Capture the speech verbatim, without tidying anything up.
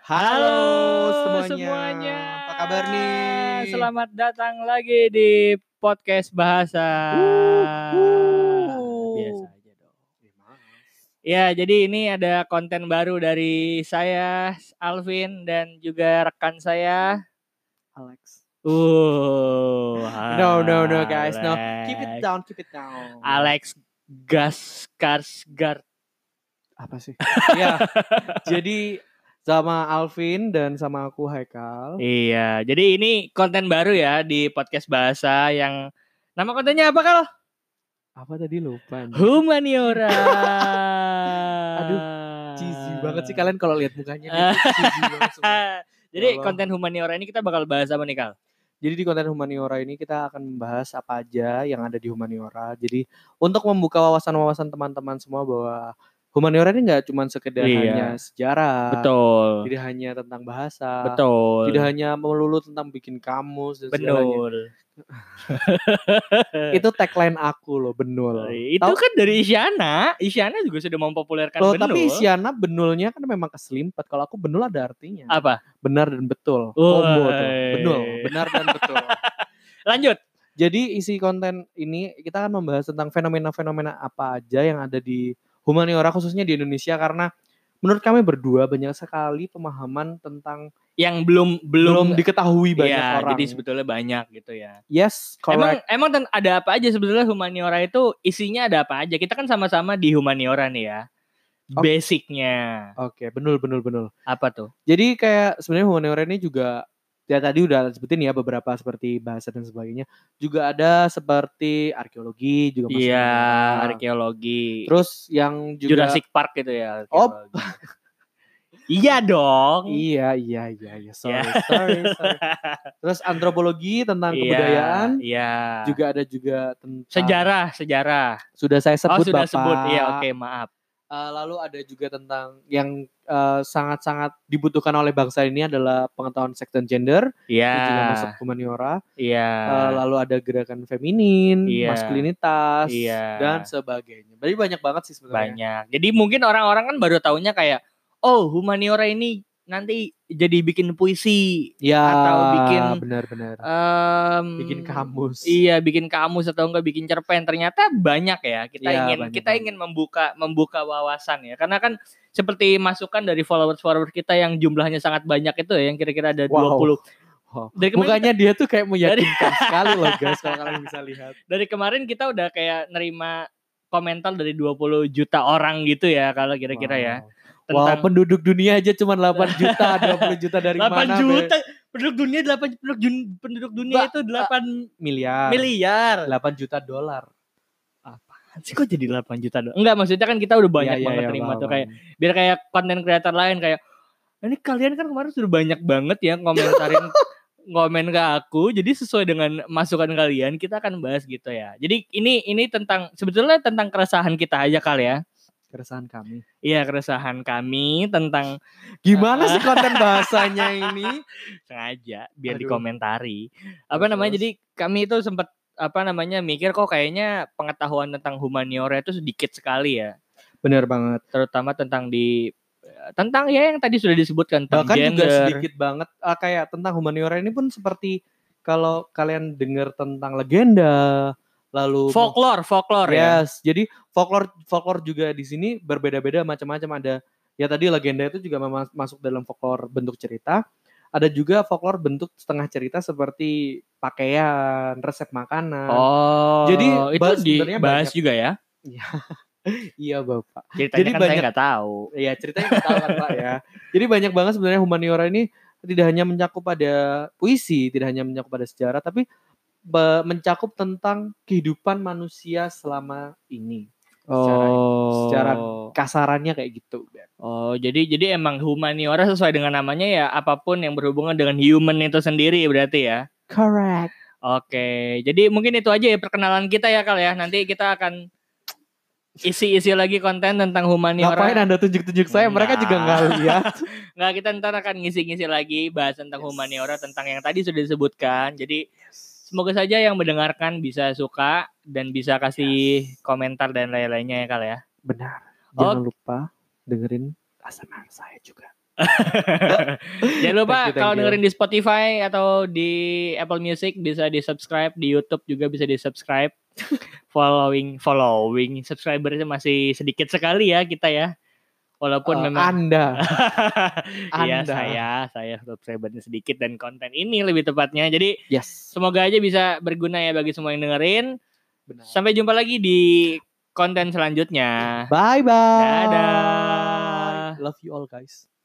Halo Halo semuanya. semuanya. Apa kabar nih? Selamat datang lagi di podcast bahasa. Wuhu. Biasa aja dong. Mas. Ya, jadi ini ada konten baru dari saya, Alvin, dan juga rekan saya, Alex. Uh, No, no, no, guys. No, Alex. keep it down, keep it down. Alex Gaskarsgard. Apa sih? Iya. Jadi sama Alvin dan sama aku Haikal. Iya, jadi ini konten baru ya di podcast bahasa yang nama kontennya apa Kal? Apa tadi lupa? Humaniora. Aduh, cheesy banget sih kalian kalau lihat mukanya dia tuh cheesy banget semua. Jadi Ya Allah. konten Humaniora ini kita bakal bahas apa nih Kal? Jadi di konten Humaniora ini kita akan membahas apa aja yang ada di Humaniora. Jadi untuk membuka wawasan-wawasan teman-teman semua bahwa Humaniora ini nggak cuma sekedar Iya. hanya sejarah, Betul. tidak hanya tentang bahasa, Betul. tidak hanya melulu tentang bikin kamus dan segalanya. Benul. Itu tagline aku loh, benul. Itu Tau? kan dari Isyana. Isyana juga sudah mempopulerkan Loh, benul. tapi Isyana benulnya kan memang keselimpet. Kalau aku benul ada artinya. Apa? Benar dan betul. Woy. Combo tuh. Benul, benar dan betul. Lanjut. Jadi isi konten ini kita akan membahas tentang fenomena-fenomena apa aja yang ada di Humaniora khususnya di Indonesia, karena menurut kami berdua banyak sekali pemahaman tentang yang belum belum, belum diketahui banyak ya, orang. Jadi sebetulnya banyak gitu ya. Yes, correct. Emang emang ada apa aja sebetulnya Humaniora itu isinya ada apa aja? Kita kan sama-sama di Humaniora nih ya. Oh. Basicnya. Oke, benul benul benul. Apa tuh? Jadi kayak sebenarnya Humaniora ini juga ya tadi udah sebutin ya beberapa seperti bahasa dan sebagainya. Juga ada seperti arkeologi juga masuk. Iya, Humaniora. arkeologi. Terus yang juga Jurassic Park gitu ya. Oh. Iya dong. Iya, iya, iya, iya. Sorry, Yeah. sorry, sorry. Terus antropologi tentang Iya, kebudayaan. Iya. Juga ada juga tentang sejarah, sejarah. Sudah saya sebut, oh, sudah Bapak. sebut. Iya, oke, okay, maaf. Uh, lalu ada juga tentang yang uh, sangat-sangat dibutuhkan oleh bangsa ini adalah pengetahuan seks dan gender. Iya. Itu juga masuk Humaniora. Iya. Uh, lalu ada gerakan feminin, iya. maskulinitas, iya. dan sebagainya. Jadi banyak banget sih sebenarnya. Banyak. Jadi mungkin orang-orang kan baru taunya kayak, oh Humaniora ini nanti jadi bikin puisi ya, atau bikin benar-benar um, bikin kamus. Iya, bikin kamus atau enggak bikin cerpen. Ternyata banyak ya. Kita ya, ingin kita banget. ingin membuka membuka wawasan ya. Karena kan seperti masukan dari followers-followers kita yang jumlahnya sangat banyak itu ya, yang kira-kira ada wow. dua puluh. Wow. Mukanya kita, dia tuh kayak meyakinkan dari, sekali loh guys kalau kalian bisa lihat. Dari kemarin kita udah kayak nerima komentar dari dua puluh juta orang gitu ya kalau kira-kira wow. ya. Tentang... Wow, penduduk dunia aja cuma delapan juta, dua puluh juta dari delapan mana? delapan juta, be? penduduk dunia delapan penduduk, penduduk dunia ba, itu delapan miliar. Miliar. delapan juta dolar. Apaan sih kok jadi delapan juta dolar? Enggak, maksudnya kan kita udah banyak ya, banget ya, terima ya, tuh kayak biar kayak konten kreator lain kayak ini kalian kan kemarin sudah banyak banget ya komentarin ngomen ke aku, jadi sesuai dengan masukan kalian kita akan bahas gitu ya. Jadi ini ini tentang sebetulnya tentang keresahan kita aja kali ya. Keresahan kami. Iya, keresahan kami tentang gimana uh, sih konten bahasanya ini? Sengaja biar Aduh. dikomentari. Apa Terus. namanya? Jadi kami itu sempat apa namanya mikir kok kayaknya pengetahuan tentang Humaniora itu sedikit sekali ya. Benar banget. Terutama tentang di tentang ya yang tadi sudah disebutkan tentang bahkan gender. Juga sedikit banget uh, kayak tentang Humaniora ini pun seperti kalau kalian dengar tentang legenda, lalu folklore, folklore yes, ya. Jadi folklore folklore juga di sini berbeda-beda macam-macam, ada ya tadi legenda itu juga memang masuk dalam folklore bentuk cerita. Ada juga folklore bentuk setengah cerita seperti pakaian, resep makanan. Oh, jadi itu dibahas juga ya? Iya Bapak. Ceritanya jadi kan banyak, saya nggak tahu. Iya ceritanya nggak tahu kan Pak ya. Jadi banyak banget sebenarnya Humaniora ini tidak hanya mencakup pada puisi, tidak hanya mencakup pada sejarah, tapi mencakup tentang kehidupan manusia selama ini. Secara, oh. secara kasarannya kayak gitu. Oh, jadi jadi emang Humaniora sesuai dengan namanya ya apapun yang berhubungan dengan human itu sendiri berarti ya. Correct. Oke, jadi mungkin itu aja ya perkenalan kita ya Kal ya. Nanti kita akan isi-isi lagi konten tentang Humaniora. Ngapain Anda tunjuk-tunjuk saya? Mereka juga nggak lihat. Nggak, kita ntar akan ngisi-ngisi lagi bahas tentang yes. Humaniora, tentang yang tadi sudah disebutkan. Jadi semoga saja yang mendengarkan bisa suka dan bisa kasih yes. komentar dan lain-lainnya ya Kal ya. Benar. Jangan oh. lupa dengerin A S M R saya juga. Jangan lupa Thank you, thank kalau you. dengerin di Spotify atau di Apple Music bisa di subscribe, di YouTube juga bisa di subscribe. following following subscribernya masih sedikit sekali ya kita ya. Walaupun Uh, memang Anda. Iya Anda. saya saya subscribernya sedikit dan konten ini lebih tepatnya. Jadi Yes. semoga aja bisa berguna ya bagi semua yang dengerin. Benar. Sampai jumpa lagi di konten selanjutnya. Bye bye. Dadah. Love you all guys.